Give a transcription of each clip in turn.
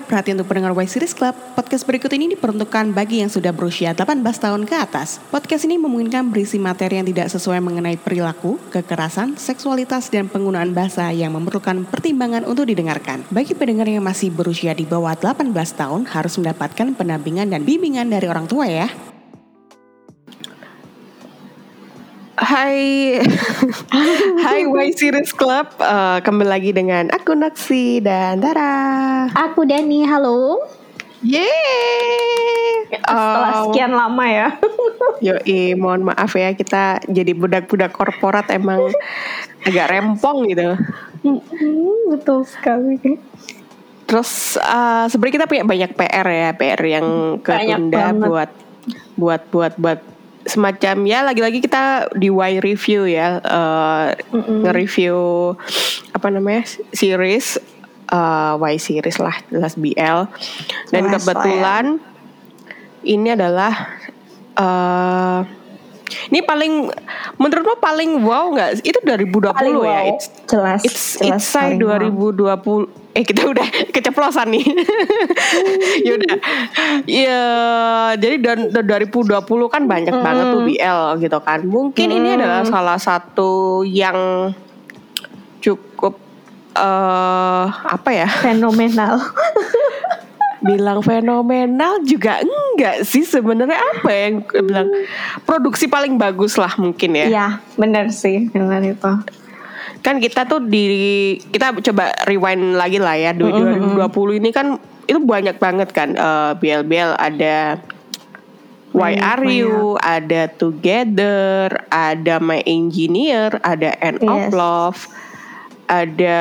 perhatian untuk pendengar Y Series Club. Podcast berikut ini diperuntukkan bagi yang sudah berusia 18 tahun ke atas. Podcast ini memungkinkan berisi materi yang tidak sesuai mengenai perilaku, kekerasan, seksualitas, dan penggunaan bahasa yang memerlukan pertimbangan untuk didengarkan. Bagi pendengar yang masih berusia di bawah 18 tahun, harus mendapatkan pendampingan dan bimbingan dari orang tua ya. Hai Y Series Club, kembali lagi dengan aku Naksi dan Dara. Aku Dani, halo. Yeay. Setelah sekian lama ya. Yoi, mohon maaf ya, kita jadi budak-budak korporat emang agak rempong gitu. Betul sekali. Terus sebenarnya kita punya banyak PR ya, PR yang ketunda buat semacam ya, lagi-lagi kita di Y review ya, nge-review series Y series lah, jelas BL. Dan kebetulan ini adalah ini paling, menurutmu paling wow nggak? Itu 2020 paling ya? Wow. Jelas. It's say 2020. Kita udah keceplosan nih. Yaudah. Ya, jadi dan 2020 kan banyak banget tuh BL gitu kan. Mungkin ini adalah salah satu yang cukup fenomenal. Bilang fenomenal juga enggak sih sebenarnya, apa yang bilang produksi paling bagus lah mungkin ya. Iya, benar sih, benar itu. Kan kita tuh kita coba rewind lagi lah ya, 2020 ini kan itu banyak banget kan BL-BL, ada Why Are You, ada Together, ada My Engineer, ada End of Love, ada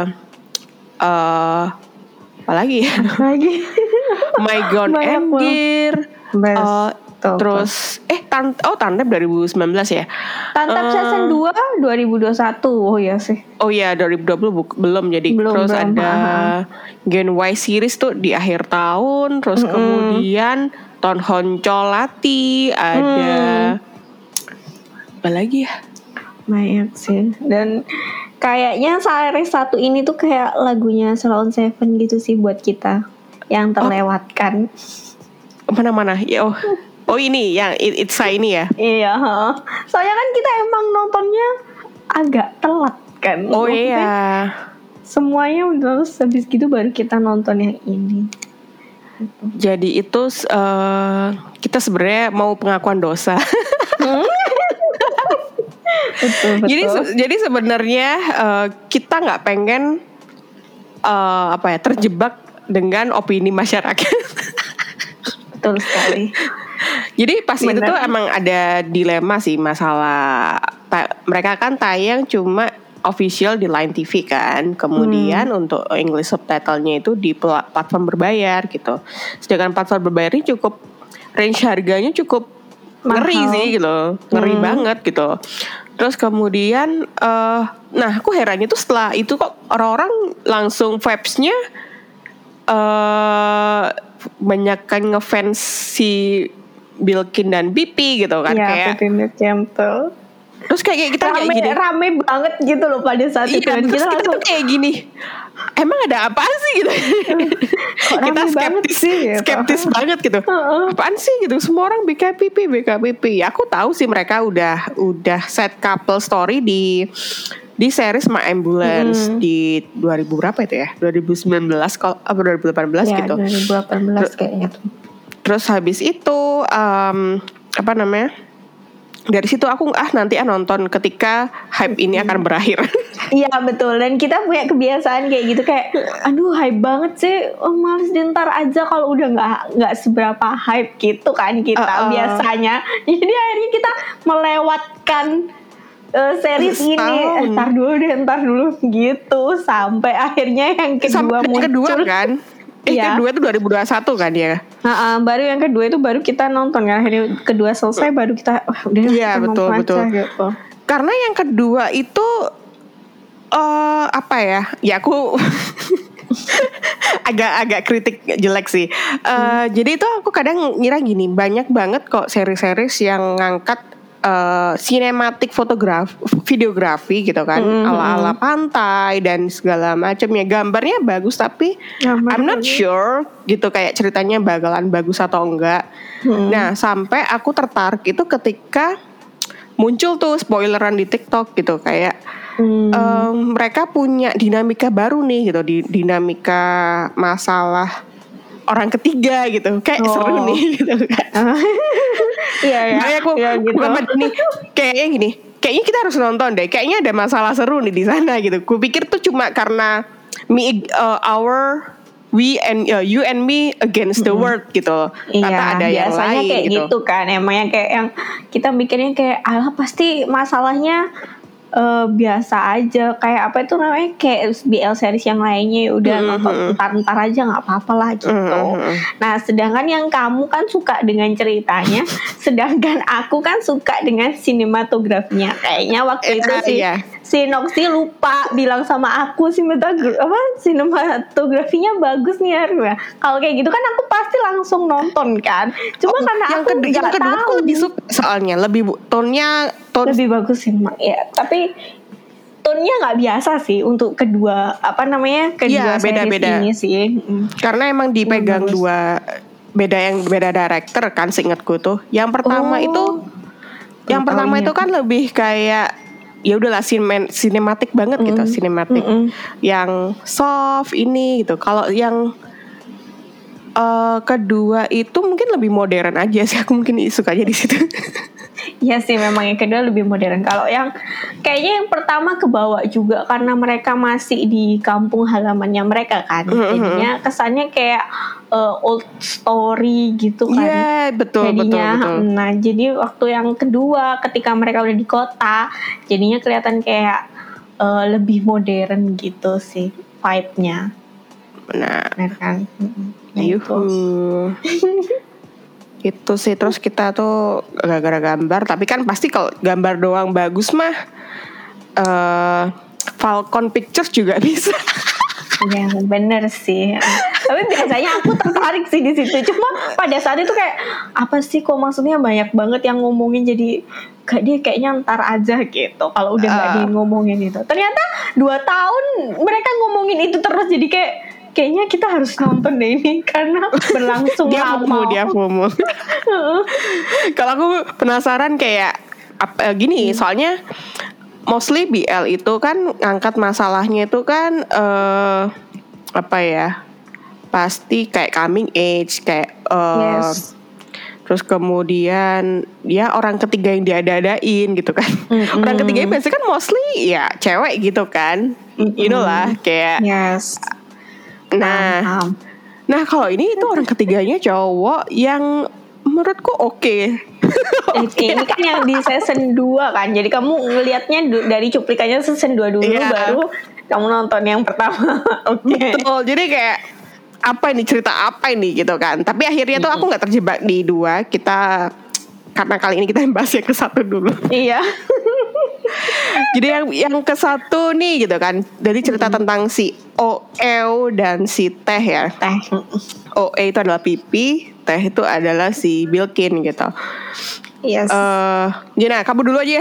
apa lagi? My Gone Engir, terus Tantep 2019 ya. Tantep season 2 2021. Oh iya sih. Oh iya, 2020 belum jadi. Terus ada Gen Y series tuh di akhir tahun. Terus kemudian Ton Honcholati, ada apa lagi ya? Banyak sih. Dan kayaknya series satu ini tuh kayak lagunya Salon Seven gitu sih buat kita yang terlewatkan. Mana-mana ya. Oh ini yang It's ini ya. Iya. Soalnya kan kita emang nontonnya agak telat kan. Oh iya. Semuanya terus habis gitu baru kita nonton yang ini. Jadi itu kita sebenarnya mau pengakuan dosa. Betul. Jadi sebenarnya kita nggak pengen terjebak dengan opini masyarakat. Betul sekali. Jadi pas itu tuh emang ada dilema sih, masalah mereka kan tayang cuma official di Line TV kan. Kemudian untuk English subtitlenya itu di platform berbayar gitu. Sedangkan platform berbayar ini cukup range harganya cukup ngeri sih gitu. Ngeri banget gitu. Terus kemudian nah aku herannya tuh setelah itu kok orang-orang langsung vibes-nya banyak kan ngefans si Bilkin dan Bipi gitu kan, ya, kayak terus kayak kita rame banget gitu loh pada saat itu. Dan kita langsung kayak gini, emang ada apaan sih gitu. Kita skeptis banget gitu. Apaan sih gitu, semua orang BKPP. Aku tahu sih mereka udah set couple story di series My Ambulance di 2000 berapa itu ya? 2019 kalau 2018 ya, gitu. 2018 kayaknya tuh. Terus habis itu dari situ aku nanti nonton ketika hype ini akan berakhir. Iya betul, dan kita punya kebiasaan kayak gitu, kayak aduh hype banget sih, males dintar aja kalau udah nggak seberapa hype gitu kan kita biasanya. Jadi akhirnya kita melewatkan series ini. Entar dulu gitu sampai akhirnya yang kedua muncul. Kedua kan? Kedua itu 2021 kan ya. Baru yang kedua itu baru kita nonton kan. Akhirnya kedua selesai baru kita udah kita betul. gitu. Karena yang kedua itu Ya aku agak kritik jelek sih. Jadi itu aku kadang ngira gini, banyak banget kok seri-series yang ngangkat sinematik videografi gitu kan, ala-ala pantai dan segala macam ya. Gambarnya bagus tapi I'm not sure gitu kayak ceritanya bakalan bagus atau enggak. Nah, sampai aku tertarik itu ketika muncul tuh spoileran di TikTok gitu kayak mereka punya dinamika baru nih gitu, dinamika masalah orang ketiga gitu, kayak seru nih gitu kan. Iya ya. Makanya aku gitu. nih kayaknya kita harus nonton deh. Kayaknya ada masalah seru nih di sana gitu. Kupikir tuh cuma karena you and me against the world gitu. Kata ada yang biasanya lain kayak gitu kan. Emangnya kayak yang kita mikirnya kayak alah pasti masalahnya biasa aja, kayak apa itu namanya, kayak BL series yang lainnya udah nonton ntar aja nggak apa-apa lah gitu. Nah sedangkan yang kamu kan suka dengan ceritanya, sedangkan aku kan suka dengan sinematografinya. Kayaknya waktu itu si Noxy lupa bilang sama aku sinematografinya bagus nih Arwa. Kalau kayak gitu kan aku pasti langsung nonton kan. Cuma karena yang kedua aku lebih suka soalnya lebih tone-nya lebih bagus sih ya, tapi tone-nya nggak biasa sih untuk kedua series beda-beda ini sih. Karena emang dipegang dua beda director kan seingatku tuh. Yang pertama itu kan lebih kayak ya udahlah sinematik banget gitu, sinematik yang soft ini gitu. Kalau yang kedua itu mungkin lebih modern aja sih, aku mungkin sukanya di situ. Iya sih, memang yang kedua lebih modern. Kalau yang kayaknya yang pertama kebawa juga karena mereka masih di kampung halamannya mereka kan. Jadinya kesannya kayak old story gitu kan. Iya, betul. Nah, jadi waktu yang kedua ketika mereka udah di kota, jadinya kelihatan kayak lebih modern gitu sih vibe-nya. Benar kan? Itu sih. Terus kita tuh gara-gara gambar, tapi kan pasti kalau gambar doang bagus mah Falcon Pictures juga bisa. Ya bener sih. Tapi biasanya aku tertarik sih di situ. Cuma pada saat itu kayak apa sih, kok maksudnya banyak banget yang ngomongin, jadi dia kayaknya ntar aja gitu. Kalau udah nggak di ngomongin itu, ternyata 2 tahun mereka ngomongin itu terus. Jadi kayaknya kita harus nonton deh ini karena berlangsung lama. Dia FOMO. Kalau aku penasaran kayak gini, soalnya mostly BL itu kan ngangkat masalahnya itu kan pasti kayak coming age, kayak terus kemudian ya orang ketiga yang diada-adain gitu kan. Orang ketiga biasanya kan mostly ya cewek gitu kan. You know lah kayak Nah kalau ini itu orang ketiganya cowok yang menurutku oke. Ini kan yang di season 2 kan. Jadi kamu ngelihatnya dari cuplikannya season 2 dulu, baru kamu nonton yang pertama. Betul. Jadi kayak cerita apa ini gitu kan. Tapi akhirnya tuh aku gak terjebak di 2. Karena kali ini kita bahas yang ke-1 dulu. Iya. Jadi yang ke-1 nih gitu kan. Jadi cerita tentang si OE dan si Teh ya. OE itu adalah Pipi, Teh itu adalah si Bilkin gitu. Yes. Jina, kamu dulu aja.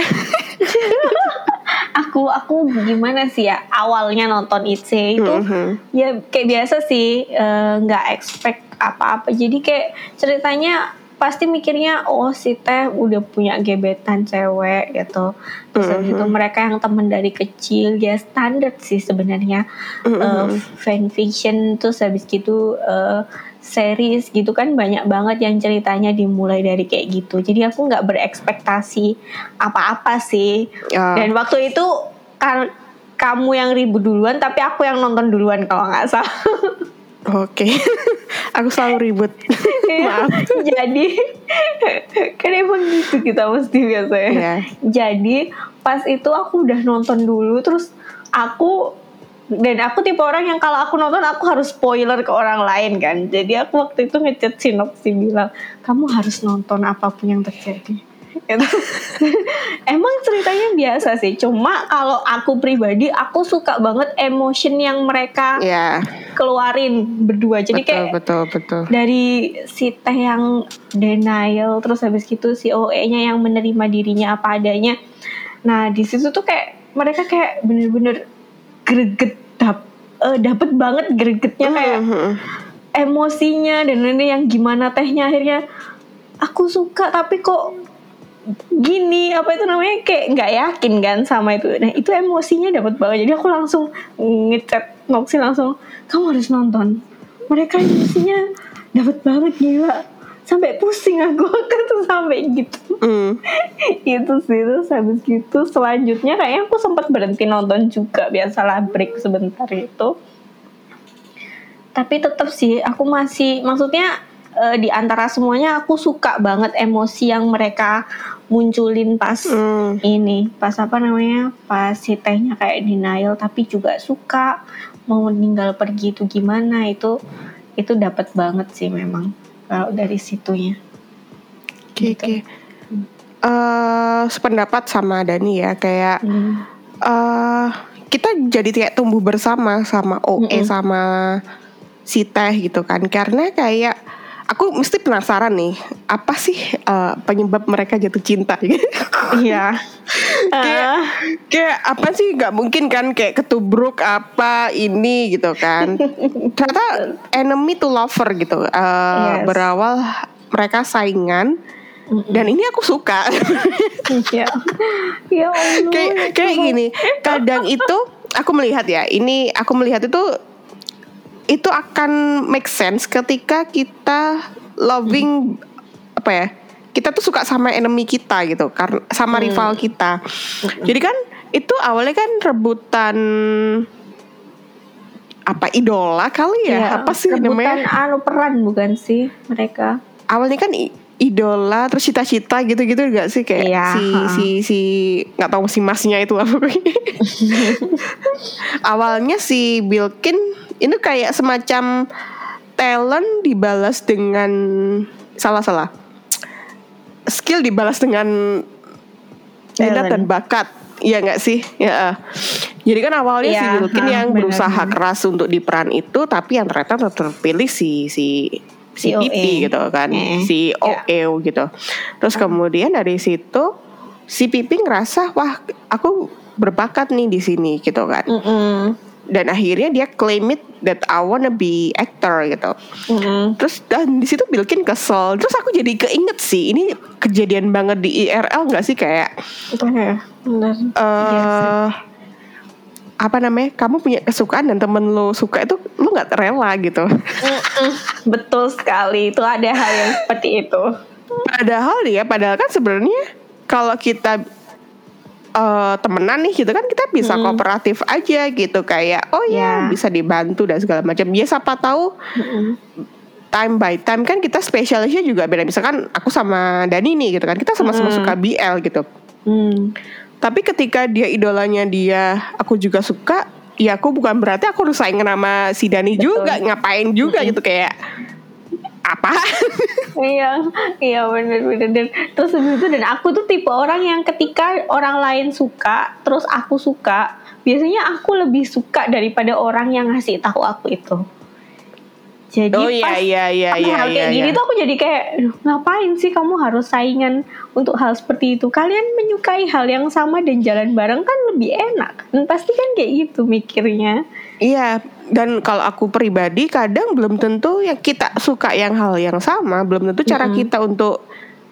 Aku gimana sih ya awalnya nonton ITC itu ya kayak biasa sih, nggak expect apa-apa. Jadi kayak ceritanya pasti mikirnya si Teh udah punya gebetan cewek gitu. Terus habis itu mereka yang teman dari kecil, ya standar sih sebenarnya. Fanfiction, terus habis gitu series gitu kan banyak banget yang ceritanya dimulai dari kayak gitu. Jadi aku nggak berekspektasi apa-apa sih. Dan waktu itu kamu yang ribut duluan, tapi aku yang nonton duluan kalau nggak salah. Oke. Aku selalu ribut. Maaf. Jadi kan emang gitu kita mesti biasanya. Jadi pas itu aku udah nonton dulu, terus aku tipe orang yang kalau aku nonton aku harus spoiler ke orang lain kan. Jadi aku waktu itu ngechat si Noxy bilang, kamu harus nonton apapun yang terjadi. Gitu. Emang ceritanya biasa sih, cuma kalau aku pribadi aku suka banget emotion yang mereka keluarin berdua. Jadi betul. Dari si Teh yang denial, terus habis gitu si OE-nya yang menerima dirinya apa adanya. Nah di situ tuh kayak mereka kayak bener-bener greget, dapet banget gregetnya kayak emosinya dan ini yang gimana Tehnya akhirnya aku suka tapi kok gini, apa itu namanya, kayak nggak yakin kan sama itu. Nah itu emosinya dapat banget, jadi aku langsung ngechat Noxy langsung, kamu harus nonton, mereka emosinya dapat banget, gila, sampai pusing aku kan tuh sampai gitu. Itu sih. Terus habis gitu selanjutnya kayaknya aku sempat berhenti nonton juga, biasalah break sebentar itu. Tapi tetap sih aku masih, maksudnya di antara semuanya aku suka banget emosi yang mereka munculin pas ini, pas apa namanya, pas si Tehnya kayak denial tapi juga suka mau meninggal pergi itu gimana, itu dapat banget sih memang kalau dari situnya. Oke. Sependapat sama Dani ya, kayak kita jadi kayak tumbuh bersama sama OE sama si Teh gitu kan, karena kayak aku mesti penasaran nih, apa sih penyebab mereka jatuh cinta gitu. Iya. Kayak apa sih, nggak mungkin kan kayak ketubruk apa ini gitu kan. Ternyata enemy to lover gitu. Berawal mereka saingan. Dan ini aku suka. Ya Allah. Kayak gini, kadang itu aku melihat ya, ini aku melihat itu akan make sense ketika kita loving apa ya, kita tuh suka sama enemy kita gitu, karena sama rival kita. Jadi kan itu awalnya kan rebutan apa, idola kali ya, apa sih namanya, rebutan peran bukan sih mereka. Awalnya kan idola, terus cita-cita gitu-gitu gak sih, kayak si nggak tahu si masnya itu apa. Awalnya si Bilkin ini kayak semacam talent dibalas dengan salah skill dibalas dengan minat dan bakat, ya nggak sih ya. Jadi kan awalnya si Bilkin yang berusaha keras untuk di peran itu, tapi yang ternyata terpilih si Pipi gitu kan, si OE gitu. Terus kemudian dari situ si Pipi ngerasa, wah aku berbakat nih di sini gitu kan. Dan akhirnya dia claim it that I wanna be actor gitu. Terus dan di situ Bilkin kesel. Terus aku jadi keinget sih, ini kejadian banget di IRL nggak sih, kayak apa namanya, kamu punya kesukaan dan temen lo suka itu lo nggak rela gitu. Betul sekali, itu ada hal yang seperti itu. Padahal kan sebenarnya kalau kita temenan nih gitu kan, kita bisa kooperatif aja gitu, kayak bisa dibantu dan segala macam. Ya siapa tahu time by time kan kita spesialisnya juga beda. Misalkan aku sama Dani nih gitu kan, kita sama-sama suka BL gitu. Tapi ketika dia idolanya dia, aku juga suka, ya aku bukan berarti aku harus saingan sama si Dani juga, ngapain juga gitu, kayak apa? Iya benar. Dan terus itu, dan aku tuh tipe orang yang ketika orang lain suka terus aku suka, biasanya aku lebih suka daripada orang yang ngasih tahu aku itu. Jadi pas hal kayak gini tuh aku jadi kayak, ngapain sih kamu harus saingan untuk hal seperti itu? Kalian menyukai hal yang sama dan jalan bareng kan lebih enak. Dan pasti kan kayak gitu mikirnya. Iya, dan kalau aku pribadi kadang belum tentu yang kita suka yang hal yang sama, belum tentu cara kita untuk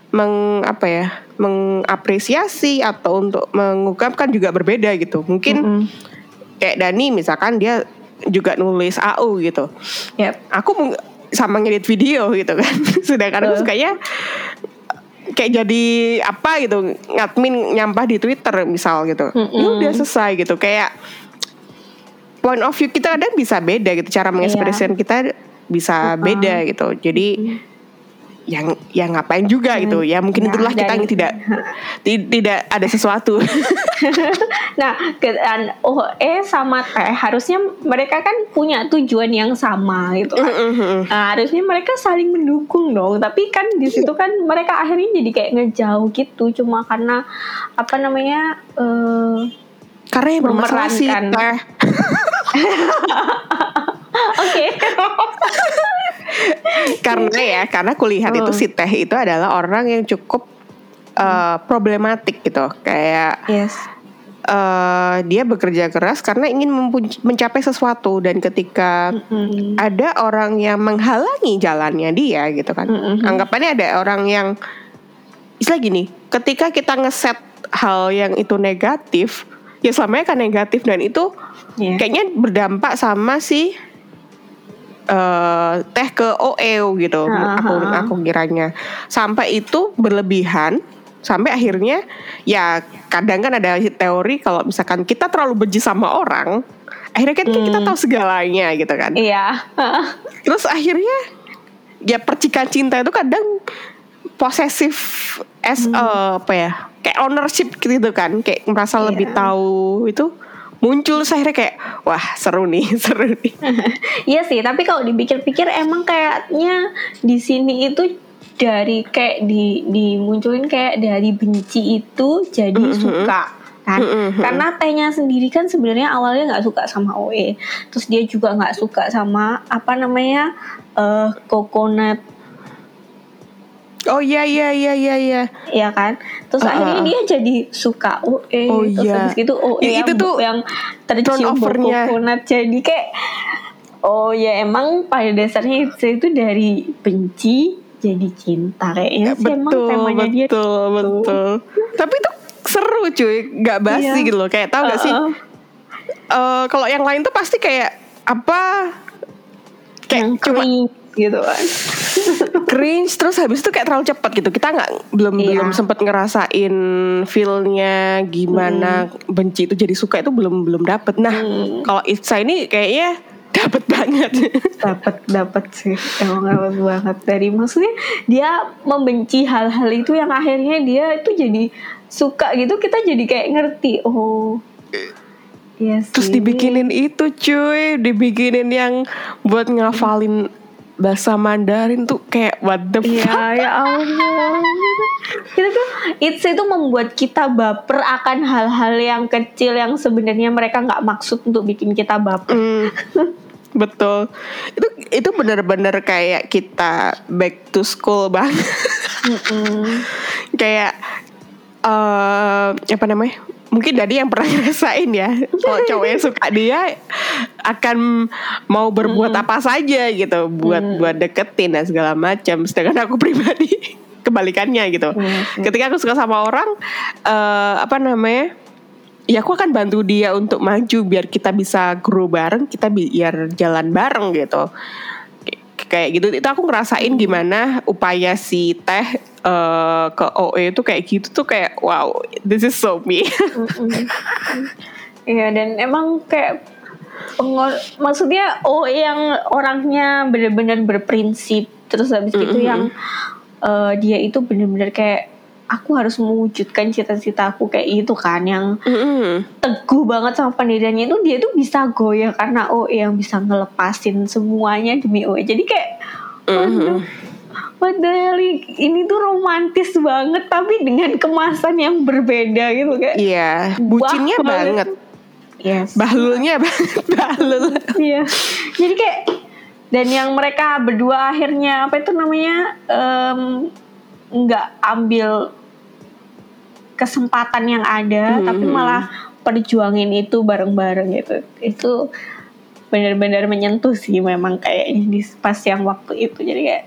mengapresiasi atau untuk mengungkapkan juga berbeda gitu. Mungkin kayak Dani misalkan dia juga nulis AU gitu. Aku sama ngedit video gitu kan. Sedangkan aku sukanya kayak jadi apa gitu, ngadmin nyampah di Twitter misal gitu. Ya udah selesai gitu. Kayak point of view kita kadang bisa beda gitu, cara mengekspresikan kita bisa beda gitu. Jadi yang ngapain juga gitu ya, mungkin itulah kita yang tidak ada sesuatu. Nah, sama teh harusnya mereka kan punya tujuan yang sama gitu kan. Nah, harusnya mereka saling mendukung dong, tapi kan di situ kan mereka akhirnya jadi kayak ngejauh gitu cuma karena karena yang bermasalah sih teh. Oke. Karena kulihat itu si teh itu adalah orang yang cukup problematik gitu, kayak dia bekerja keras karena ingin mencapai sesuatu, dan ketika ada orang yang menghalangi jalannya dia gitu kan, anggapannya ada orang yang istilah gini, ketika kita ngeset hal yang itu negatif, ya selamanya kan negatif, dan itu kayaknya berdampak sama si teh ke OE gitu. Aku kiranya sampai itu berlebihan, sampai akhirnya ya kadang kan ada teori kalau misalkan kita terlalu benci sama orang, akhirnya kan kita tahu segalanya gitu kan. Iya. Terus akhirnya ya percikan cinta itu kadang posesif kayak ownership gitu kan, kayak merasa lebih tahu itu muncul, akhirnya kayak wah seru nih. Iya sih, tapi kalau dipikir-pikir emang kayaknya di sini itu dari kayak dimunculin kayak dari benci itu jadi suka kan, karena tehnya sendiri kan sebenarnya awalnya nggak suka sama OE, terus dia juga nggak suka sama coconut. Oh iya. Iya kan. Terus akhirnya dia jadi suka OE. Terus habis gitu OE itu tuh yang tercium bau coconut. Jadi kayak emang pada dasarnya itu dari benci jadi cinta kayaknya sih. Emang temanya dia. Betul. Tapi itu seru cuy, nggak basi gitu loh. Kayak tahu nggak sih? Kalau yang lain tuh pasti kayak kayak cuma gitu kan. Cringe, terus habis itu kayak terlalu cepat gitu. Kita belum sempat ngerasain feel-nya gimana benci itu jadi suka, itu belum dapet. Nah, kalau Itza ini kayaknya dapet banget. Dapet sih. Emang dapet banget. Dari maksudnya dia membenci hal-hal itu yang akhirnya dia itu jadi suka gitu. Kita jadi kayak ngerti. Iya sih. Terus dibikinin itu cuy, dibikinin yang buat ngafalin bahasa Mandarin tuh kayak what the fuck. Ya Allah. Itu membuat kita baper akan hal-hal yang kecil yang sebenarnya mereka nggak maksud untuk bikin kita baper. Betul. Itu benar-benar kayak kita back to school banget. Kayak mungkin Dadi yang pernah ngerasain ya, kalau cowok yang suka dia akan mau berbuat apa saja gitu buat deketin dan segala macam. Sedangkan aku pribadi kebalikannya gitu. Ketika aku suka sama orang, ya aku akan bantu dia untuk maju biar kita bisa grow bareng, kita biar jalan bareng gitu. Kayak gitu. Itu aku ngerasain gimana upaya si teh ke OE itu kayak gitu tuh, kayak wow, this is so me. Iya, dan emang kayak maksudnya OE yang orangnya benar-benar berprinsip, terus habis itu yang dia itu benar-benar kayak aku harus mewujudkan cita-cita aku kayak gitu kan, yang teguh banget sama pendiriannya itu. Dia tuh bisa goyah karena OE yang bisa ngelepasin semuanya demi OE. Jadi kayak padahal ini tuh romantis banget tapi dengan kemasan yang berbeda gitu kayak. Iya, bucinnya banget. Yes. Bahlulnya banget, bahlul. Iya. Jadi kayak, dan yang mereka berdua akhirnya nggak ambil kesempatan yang ada, tapi malah perjuangin itu bareng-bareng gitu. Itu benar-benar menyentuh sih memang kayaknya di pas yang waktu itu. Jadi kayak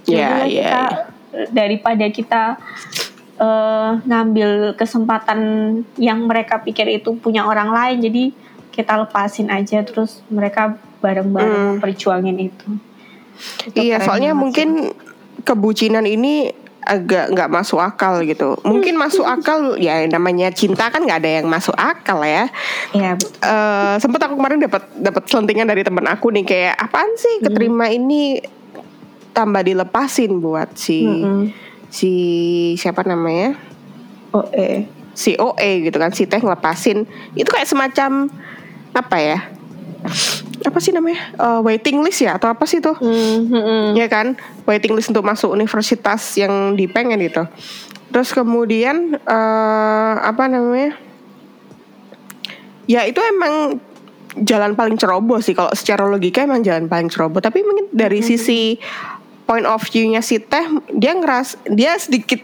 daripada kita ngambil kesempatan yang mereka pikir itu punya orang lain, jadi kita lepasin aja, terus mereka bareng-bareng perjuangin itu. Iya, soalnya mungkin kebucinan ini agak nggak masuk akal gitu. Mungkin masuk akal ya, namanya cinta kan nggak ada yang masuk akal ya. Iya. Sempet aku kemarin dapat selentingan dari teman aku nih, kayak apaan sih keterima ini tambah dilepasin buat si siapa namanya? Si OE gitu kan, si Teh ngelepasin. Itu kayak semacam apa ya? Apa sih namanya? Waiting list ya atau apa sih tuh? Ya kan? Waiting list untuk masuk universitas yang dipengen gitu. Terus kemudian apa namanya? Ya itu emang jalan paling ceroboh sih, kalau secara logika emang jalan paling ceroboh. Tapi mungkin dari sisi point of view-nya si Teh, dia sedikit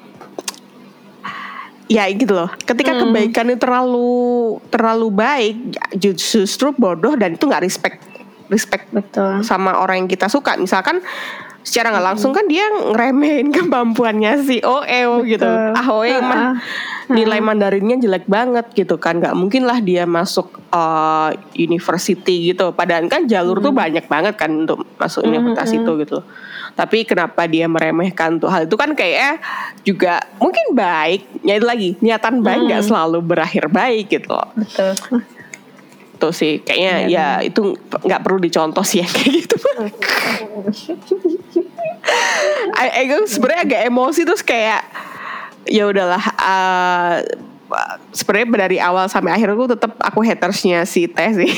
ya gitu loh. Ketika kebaikan itu terlalu baik, justru bodoh dan itu nggak respect Betul. sama orang yang kita suka. Misalkan secara nggak langsung kan dia ngeremehin kemampuannya si OE gitu. OE mah nilai Mandarinnya jelek banget gitu kan, nggak mungkin lah dia masuk university gitu. Padahal kan jalur tuh banyak banget kan untuk masuk universitas itu gitu. Tapi kenapa dia meremehkan tuh hal itu kan kayaknya juga mungkin baik. Ya itu lagi, niatan baik nggak selalu berakhir baik gitu loh. Betul. Tuh sih kayaknya ya itu nggak perlu dicontoh sih ya kayak gitu. Aku sebenarnya agak emosi terus kayak ya udahlah, sebenarnya dari awal sampai akhir aku hatersnya si Teh sih.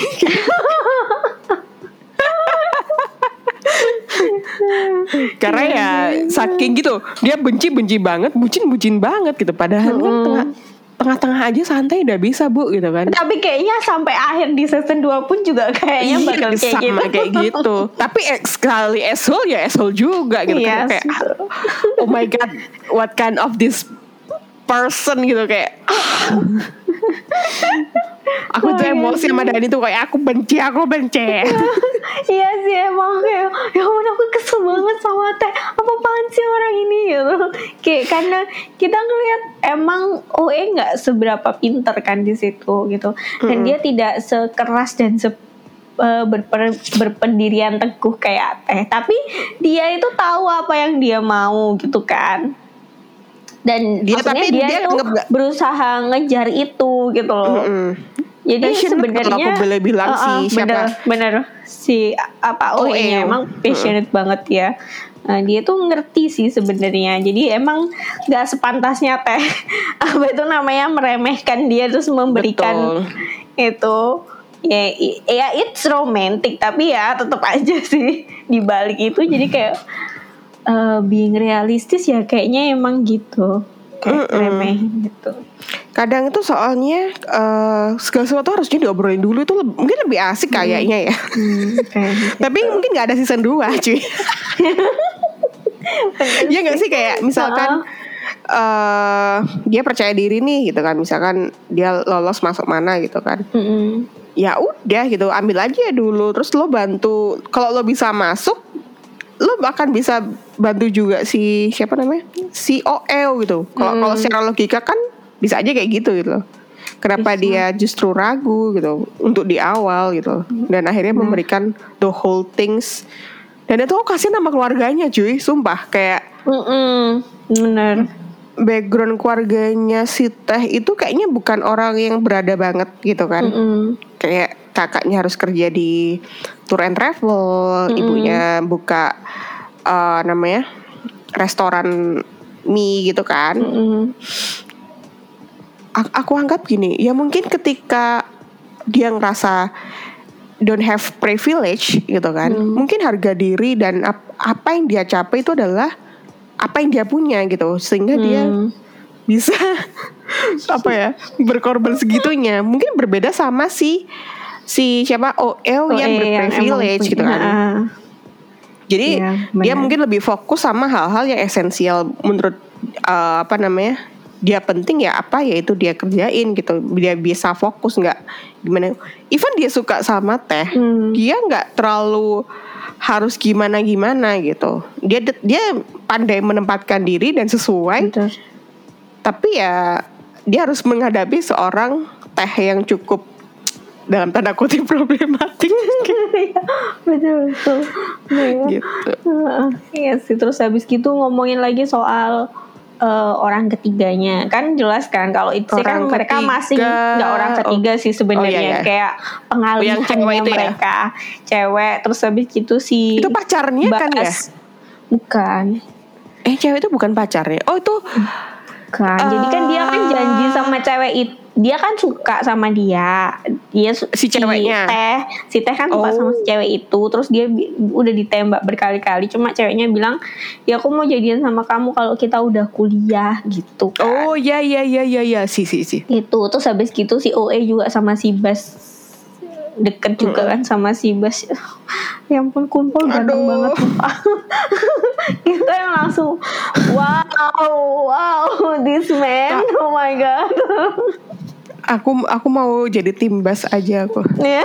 Karena ya saking gitu dia benci banget, bucin banget gitu. Padahal kan tengah-tengah aja santai udah bisa Bu gitu kan. Tapi kayaknya sampai akhir di season 2 pun juga kayaknya bakal kayak sama gitu. Kayak gitu. Tapi sekali asshole ya asshole juga gitu kan. Kayak oh my god, what kind of this person gitu kayak. Aku tuh emosi sama Dani tuh kayak aku benci. Iya sih emang kayak ya ampun aku kesel banget sama Teh, apaan sih orang ini gitu. Kayak karena kita ngelihat emang OE nggak seberapa pinter kan di situ gitu, dan dia tidak sekeras dan berpendirian teguh kayak Teh, tapi dia itu tahu apa yang dia mau gitu kan. Dan dia itu berusaha ngejar itu gitu loh. Jadi sebenarnya aku boleh bilang bener si OE-nya emang passionate banget ya. Dia tuh ngerti sih sebenarnya. Jadi emang nggak sepantasnya Teh apa itu namanya meremehkan dia terus memberikan itu. Ya it's romantic, tapi ya tetap aja sih di balik itu jadi kayak being realistis ya kayaknya emang gitu, kayak remehin gitu. Kadang itu soalnya segala sesuatu harusnya diobrolin dulu, itu mungkin lebih asik kayaknya ya. Tapi mungkin nggak ada season 2 cuy. Ya nggak sih, kayak misalkan dia percaya diri nih gitu kan, misalkan dia lolos masuk mana gitu kan. Ya udah gitu, ambil aja dulu, terus lo bantu. Kalau lo bisa masuk, lo akan bisa bantu juga si siapa namanya, si OE gitu. Kalau secara logika kan bisa aja kayak gitu loh. Kenapa dia justru ragu gitu untuk di awal gitu, dan akhirnya memberikan the whole things. Dan itu aku kasihan sama keluarganya cuy, sumpah kayak bener. Background keluarganya si Teh itu kayaknya bukan orang yang berada banget gitu kan. Kayak kakaknya harus kerja di tour and travel, ibunya buka namanya restoran mie gitu kan. Aku anggap gini, ya mungkin ketika dia ngerasa don't have privilege gitu kan, mungkin harga diri dan apa yang dia capai itu adalah apa yang dia punya gitu, sehingga dia bisa apa ya, berkorban segitunya. Mungkin berbeda sama si siapa OL yang berprivilege gitu kan. Jadi dia mungkin lebih fokus sama hal-hal yang esensial menurut apa namanya, dia penting ya apa ya itu dia kerjain gitu. Dia bisa fokus, nggak gimana. Even dia suka sama Teh, dia nggak terlalu harus gimana gitu. Dia pandai menempatkan diri dan sesuai. Betul. Tapi ya dia harus menghadapi seorang Teh yang cukup dalam tanda kutip problematik. Betul. Gitu. Iya sih. Terus habis gitu ngomongin lagi soal orang ketiganya, kan jelas kan kalau itu kan mereka masih nggak orang ketiga sih sebenarnya, kayak pengalihannya mereka cewek. Terus habis itu si itu pacarnya kan ya, Bukan. Cewek itu bukan pacarnya. Oh itu. Kan, jadi kan dia kan janji sama cewek itu, dia kan suka sama dia si ceweknya. Si Teh kan suka sama si cewek itu, terus dia udah ditembak berkali-kali, cuma ceweknya bilang, ya aku mau jadian sama kamu kalau kita udah kuliah gitu kan. Oh ya si. Itu terus habis gitu si OE juga sama si Bas deket juga kan sama si Bas. Ya ampun, Kunpol ganteng banget Pak. Kita yang langsung wow this man, oh my god. Aku mau jadi tim Bas aja aku. Iya.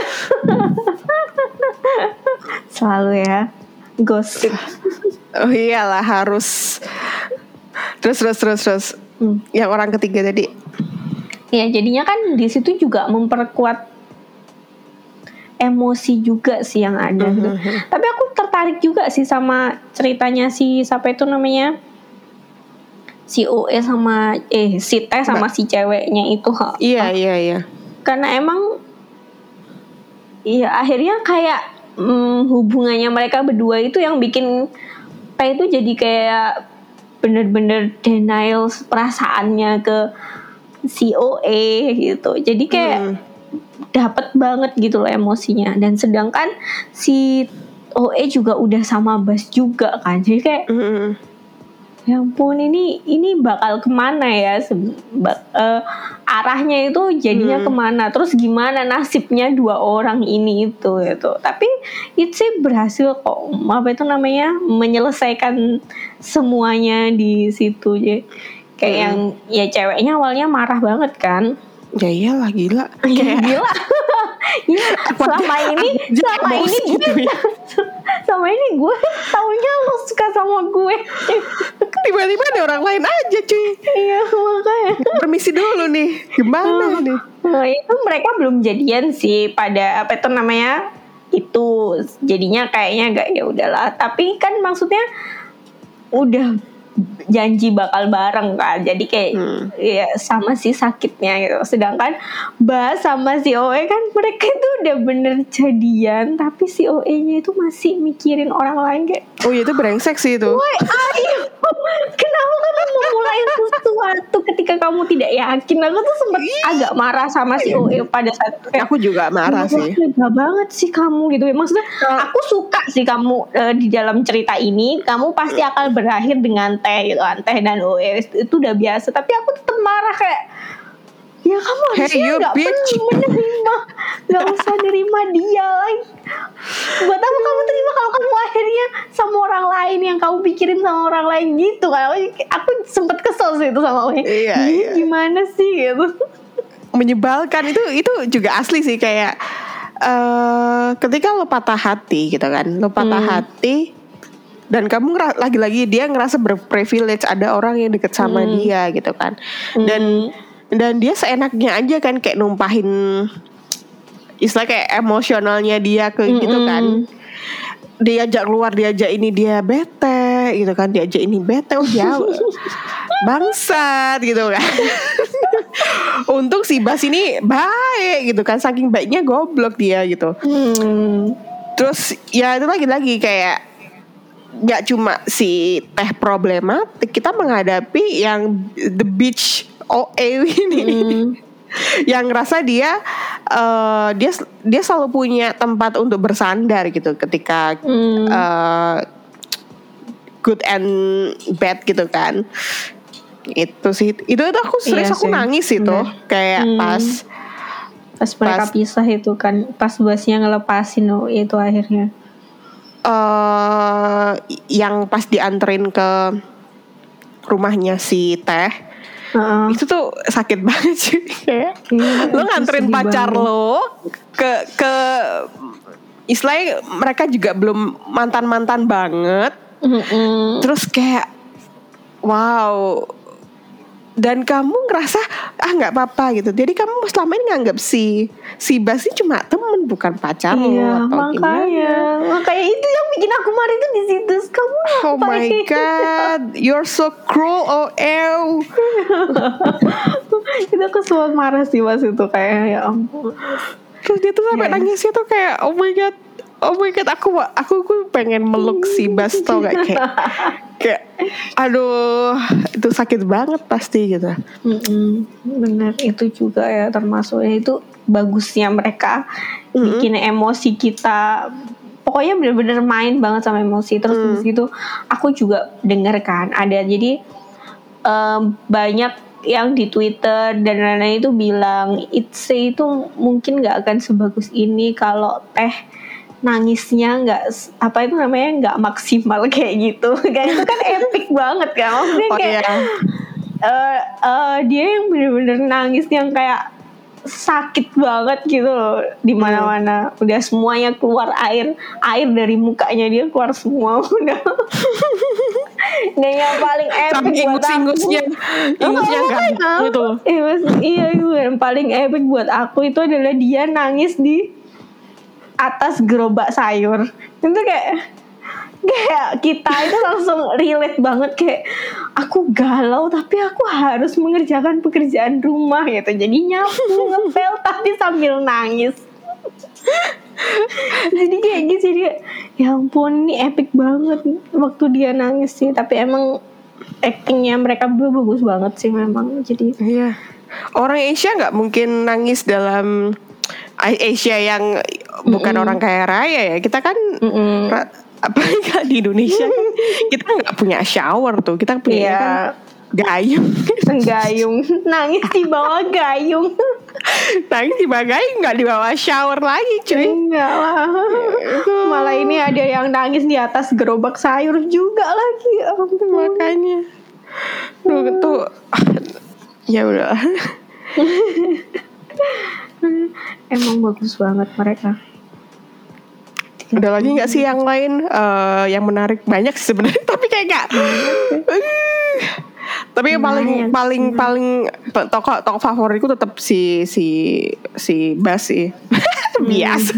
Selalu ya gosip. Oh iyalah harus. Terus. Yang orang ketiga tadi. Ya jadinya kan di situ juga memperkuat emosi juga sih yang ada gitu. Tapi aku tertarik juga sih sama ceritanya si siapa itu namanya, si OE sama si Teh sama si ceweknya itu. Iya. Karena emang akhirnya kayak hubungannya mereka berdua itu yang bikin Teh itu jadi kayak bener-bener denial perasaannya ke si OE gitu. Jadi kayak dapat banget gitu loh emosinya. Dan sedangkan si OE juga udah sama Bas juga kan. Jadi kayak ya ampun, ini bakal kemana ya arahnya itu jadinya kemana, terus gimana nasibnya dua orang ini itu gitu. Tapi Itzy berhasil kok menyelesaikan semuanya di situ. Kayak yang ya ceweknya awalnya marah banget kan. Ya iyalah gila. Gila. Ya, selama ini gue taunya lo suka sama gue. Tiba-tiba ada orang lain aja cuy. Iya makanya. Permisi dulu nih. Gimana nih? Itu mereka belum jadian sih pada itu jadinya kayaknya agak ya udahlah. Tapi kan maksudnya udah janji bakal bareng kan, jadi kayak ya sama sih sakitnya gitu. Sedangkan Bas sama si OE kan mereka itu udah bener jadian, tapi si OE-nya itu masih mikirin orang lain kayak. Oh iya itu brengsek sih itu. Woi ayo, kenapa kamu memulai sesuatu ketika kamu tidak yakin? Aku tuh sempet agak marah sama si OE pada saat itu. Aku juga marah sih. Tega banget sih kamu gitu. Maksudnya aku suka sih kamu di dalam cerita ini kamu pasti akan berakhir dengan Teh gitu kan. Teh dan OE itu udah biasa. Tapi aku tetap marah kayak, ya kamu harusnya gak perlu menerima, gak usah nerima dia lagi. Buat apa kamu terima kalau kamu akhirnya sama orang lain yang kamu pikirin sama orang lain gitu kan. Aku sempet kesel sih itu sama OE. Iya. Gimana sih gitu. Menyebalkan itu juga asli sih kayak ketika lo patah hati gitu kan. Lo patah hati dan kamu lagi-lagi dia ngerasa berprivilege ada orang yang deket sama dia gitu kan. Dan dia seenaknya aja kan kayak numpahin istilah kayak emosionalnya dia ke gitu kan. Diajak keluar, diajak ini dia bete gitu kan, diajak ini bete jauh. Bangsat gitu kan. Untung si Bas ini baik gitu kan, saking baiknya goblok dia gitu. Terus ya itu lagi-lagi kayak gak cuma si Teh problematik, kita menghadapi yang the bitch OE ini yang ngerasa dia selalu punya tempat untuk bersandar gitu ketika good and bad gitu kan. Itu sih itu aku serius aku nangis itu kayak pas mereka pisah itu kan, pas Basnya ngelepasin itu akhirnya. Yang pas dianterin ke rumahnya si Teh, itu tuh sakit banget sih kayak lo nganterin pacar lo ke istilahnya mereka juga belum mantan banget, terus kayak wow. Dan kamu ngerasa nggak apa-apa gitu. Jadi kamu selama ini nganggap si Bas ini cuma temen bukan pacar lo atau makanya. Makanya itu yang bikin aku marah itu di situ. Kamu oh my god, you're so cruel. Itu aku sempat marah sih pas itu kayak ya ampun. Terus dia tuh sampai nangis itu kayak oh my god. Oh my god, aku pengen meluk si Bas, tau gak, kayak aduh, itu sakit banget pasti gitu. Bener, itu juga ya termasuknya itu bagusnya mereka bikin emosi kita. Pokoknya bener-bener main banget sama emosi. Terus di situ aku juga denger kan ada jadi banyak yang di Twitter dan lain-lain itu bilang ITZY itu mungkin nggak akan sebagus ini kalau Teh nangisnya nggak apa itu namanya nggak maksimal kayak gitu. Kan itu kan epic banget kan, maksudnya kayak dia yang bener-bener nangis yang kayak sakit banget gitu loh di mana-mana. Udah semuanya keluar air dari mukanya dia keluar semua udah. Dan yang paling epic buat aku ingusnya ganteng gitu loh. Iya, yang paling epic buat aku itu adalah dia nangis di atas gerobak sayur. Itu kayak kita itu langsung relate banget, kayak aku galau tapi aku harus mengerjakan pekerjaan rumah gitu. Jadi nyapu, ngepel tapi sambil nangis. Jadi kayak gitu, jadi ya ampun ini epic banget waktu dia nangis sih. Tapi emang actingnya mereka berdua bagus banget sih memang. Jadi iya, orang Asia nggak mungkin nangis dalam Asia yang bukan orang kaya raya ya. Kita kan apalagi di Indonesia kan kita nggak punya shower tuh, kita punya kan gayung nangis di bawah gayung. Nangis di bawah gayung, nggak di bawah shower lagi cuy. Enggak lah, malah ini ada yang nangis di atas gerobak sayur juga lagi. Makanya tuh ya udah. Emang bagus banget mereka. Ada lagi nggak sih yang lain yang menarik? Banyak sih sebenarnya, tapi kayak nggak. Tapi yang paling tokoh favoritku tetap si Bas sih. Biasa.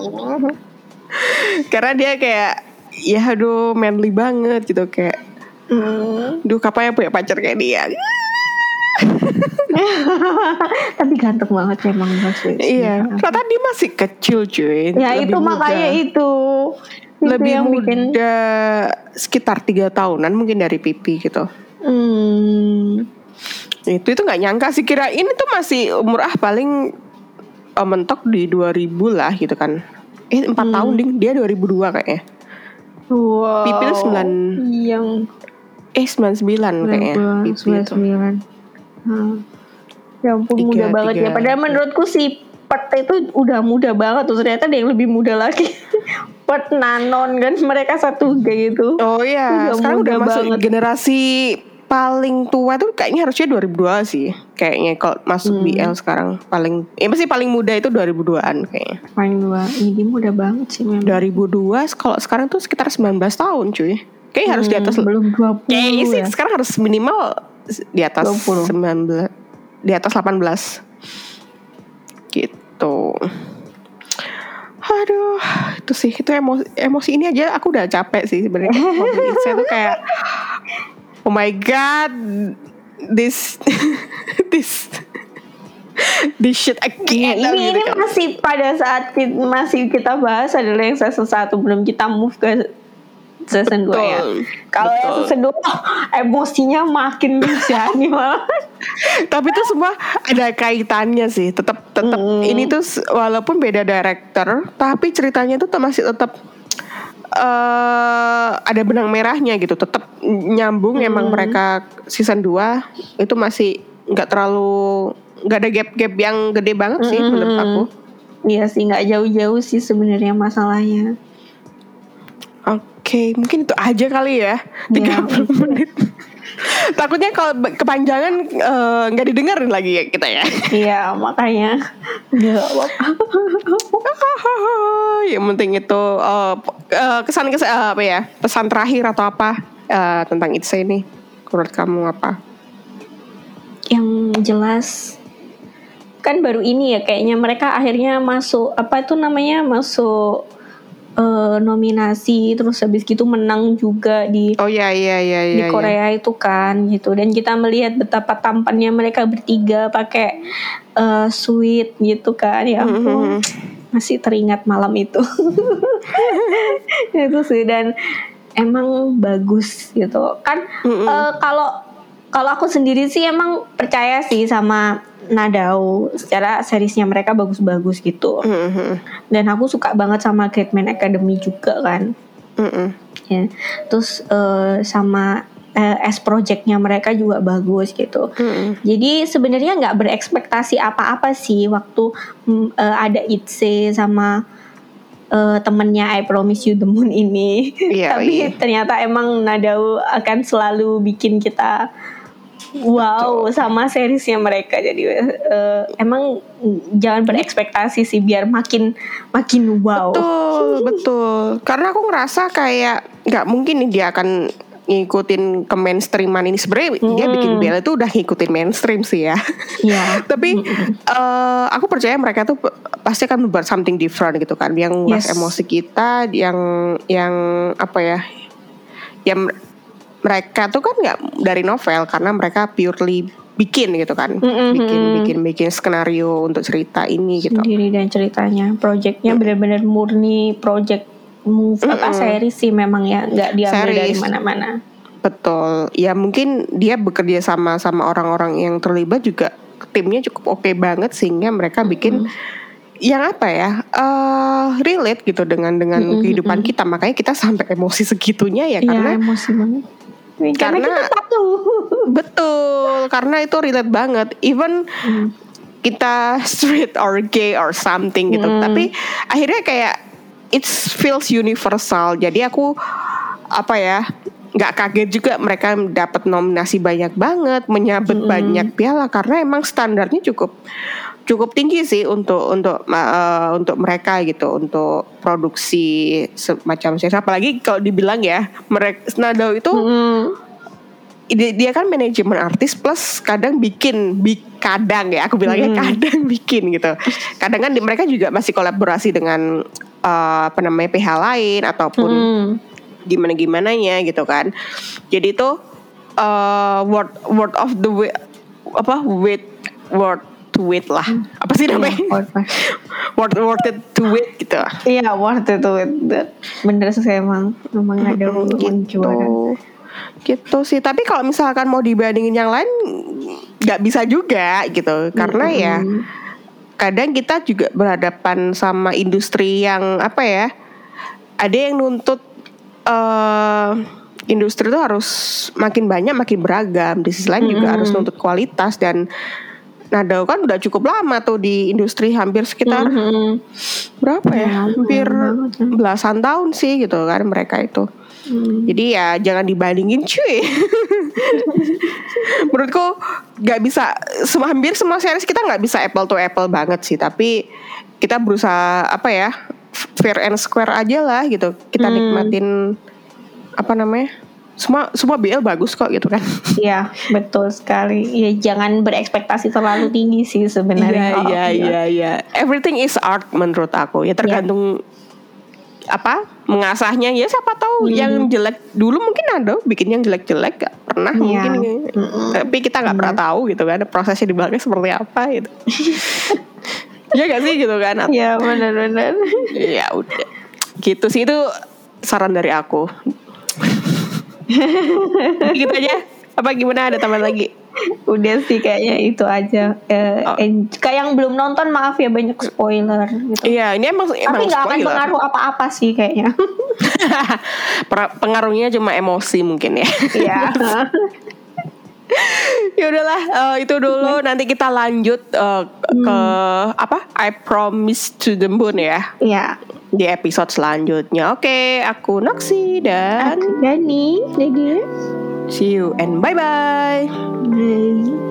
Karena dia kayak ya aduh manly banget gitu, kayak duh kapan ya punya pacar kayak dia. Tapi ganteng banget emang Bas. Iya, ternyata dia masih kecil cuy. Ya itu muda. Makanya itu lebih yang muda bikin... sekitar 3 tahunan mungkin dari Pipi gitu. Itu nggak nyangka sih, kira ini tuh masih umur paling mentok di 2000 lah gitu kan. 4 tahun ding, dia 2002 kayaknya. Wow. Pipi tuh 99 kayaknya. Pipi 99. Ya ampun muda banget ya. Padahal menurutku si Pert itu udah muda banget tuh. Ternyata ada yang lebih muda lagi. Pert, Nanon kan mereka satu gitu. Oh iya, sekarang udah masuk generasi paling tua tuh kayaknya harusnya 2002 sih. Kayaknya kalau masuk BL sekarang masih paling muda itu 2002-an kayaknya. Paling tua. Ini muda banget sih memang. 2002 kalau sekarang tuh sekitar 19 tahun cuy. Kayaknya harus di atas belum 20. Kayaknya sih sekarang harus minimal di atas 20. 19, di atas 18 gitu. Aduh, itu sih, itu emosi ini aja aku udah capek sih sebenarnya. Saya tuh kayak oh my god, this shit again. Ini gitu kan. Masih pada saat masih kita bahas adalah yang season 1, belum kita move ke season 2 ya. Kalau yang season 2 emosinya makin menjadi malah. Tapi itu semua ada kaitannya sih. Tetap ini tuh walaupun beda director, tapi ceritanya tuh masih tetap ada benang merahnya gitu. Tetap nyambung. Emang mereka season 2 itu masih nggak ada gap yang gede banget sih menurut aku. Iya sih, nggak jauh-jauh sih sebenarnya masalahnya. Oke, mungkin itu aja kali ya. 30 menit. Takutnya kalau kepanjangan nggak didengerin lagi ya kita ya. Iya, makanya nggak apa-apa. Yang penting itu kesan apa ya, pesan terakhir atau apa tentang ITZY ini menurut kamu apa? Yang jelas kan baru ini ya kayaknya mereka akhirnya masuk masuk nominasi, terus habis gitu menang juga di di Korea itu kan gitu. Dan kita melihat betapa tampannya mereka bertiga pakai suit gitu kan, ya ampun. masih teringat malam itu. Itu sih, dan emang bagus gitu kan. Kalau aku sendiri sih emang percaya sih sama Nadao, secara seriesnya mereka bagus-bagus gitu. Dan aku suka banget sama Great Man Academy juga kan. Ya. Terus sama S projectnya mereka juga bagus gitu. Jadi sebenarnya nggak berekspektasi apa-apa sih waktu ada Itzy sama temennya I Promise You the Moon ini. Tapi ternyata emang Nadao akan selalu bikin kita wow sama seriesnya mereka. Jadi emang jangan berekspektasi sih, biar makin wow. Betul. Karena aku ngerasa kayak nggak mungkin nih dia akan ngikutin ke mainstreaman ini. Sebenarnya dia bikin Bella itu udah ngikutin mainstream sih ya. Tapi aku percaya mereka tuh pasti akan membuat something different gitu kan, yang nguras emosi kita, yang apa ya, yang mereka tuh kan nggak dari novel, karena mereka purely bikin gitu kan, bikin skenario untuk cerita ini gitu. Sendiri, dan ceritanya, projectnya benar-benar murni project series sih memang ya, nggak diambil dari mana-mana. Betul. Ya mungkin dia bekerja sama orang-orang yang terlibat juga, timnya cukup oke banget sehingga mereka bikin yang apa ya, relate gitu dengan kehidupan kita. Makanya kita sampai emosi segitunya ya, karena emosi banget. Karena kita satu. Betul, karena itu relate banget. Even kita straight or gay or something gitu, tapi akhirnya kayak it feels universal. Jadi aku apa ya, nggak kaget juga mereka dapat nominasi banyak banget, menyabet banyak piala, karena emang standarnya cukup tinggi sih untuk mereka gitu, untuk produksi semacam series. Apalagi kalau dibilang ya, mereka Nadao itu dia kan manajemen artis plus kadang kadang ya aku bilangnya kadang bikin gitu. Kadang kan mereka juga masih kolaborasi dengan PH lain ataupun gimana-gimananya gitu kan. Jadi itu word of the way, word to wait lah. Apa sih namanya? Worth it to wait gitu. Iya, worth it to wait. Bener sih, memang ada juara. Gitu sih. Tapi kalau misalkan mau dibandingin yang lain nggak bisa juga gitu. Karena ya kadang kita juga berhadapan sama industri yang apa ya, ada yang nuntut industri itu harus makin banyak, makin beragam. Di sisi lain juga harus nuntut kualitas. Dan Nadao kan udah cukup lama tuh di industri, hampir sekitar berapa ya, hampir belasan tahun sih gitu kan mereka itu. Jadi ya jangan dibandingin cuy. Menurutku gak bisa, hampir semua series kita gak bisa apple to apple banget sih. Tapi kita berusaha apa ya, fair and square aja lah gitu. Kita nikmatin apa namanya, semua BL bagus kok gitu kan. Iya, betul sekali. Ya jangan berekspektasi terlalu tinggi sih sebenarnya. Iya. Everything is art menurut aku. Ya tergantung apa mengasahnya ya, siapa tahu yang jelek dulu mungkin ada bikin yang jelek-jelek gak pernah mungkin tapi kita nggak pernah tahu gitu kan prosesnya di belakang seperti apa gitu. Ya gak sih gitu kan. Iya benar-benar. Ya udah gitu sih, itu saran dari aku. Gitu aja apa gimana, ada tambahan lagi? Udah sih kayaknya itu aja. Kayak yang belum nonton maaf ya, banyak spoiler gitu. Iya, ini emang tapi nggak akan pengaruh apa-apa sih kayaknya. Pengaruhnya cuma emosi mungkin ya. Iya. Ya udahlah, itu dulu. Nanti kita lanjut ke apa? I Promise to the Moon ya. Iya. Di episode selanjutnya. Oke, aku Noxy dan aku Dani. See you and bye-bye. Bye.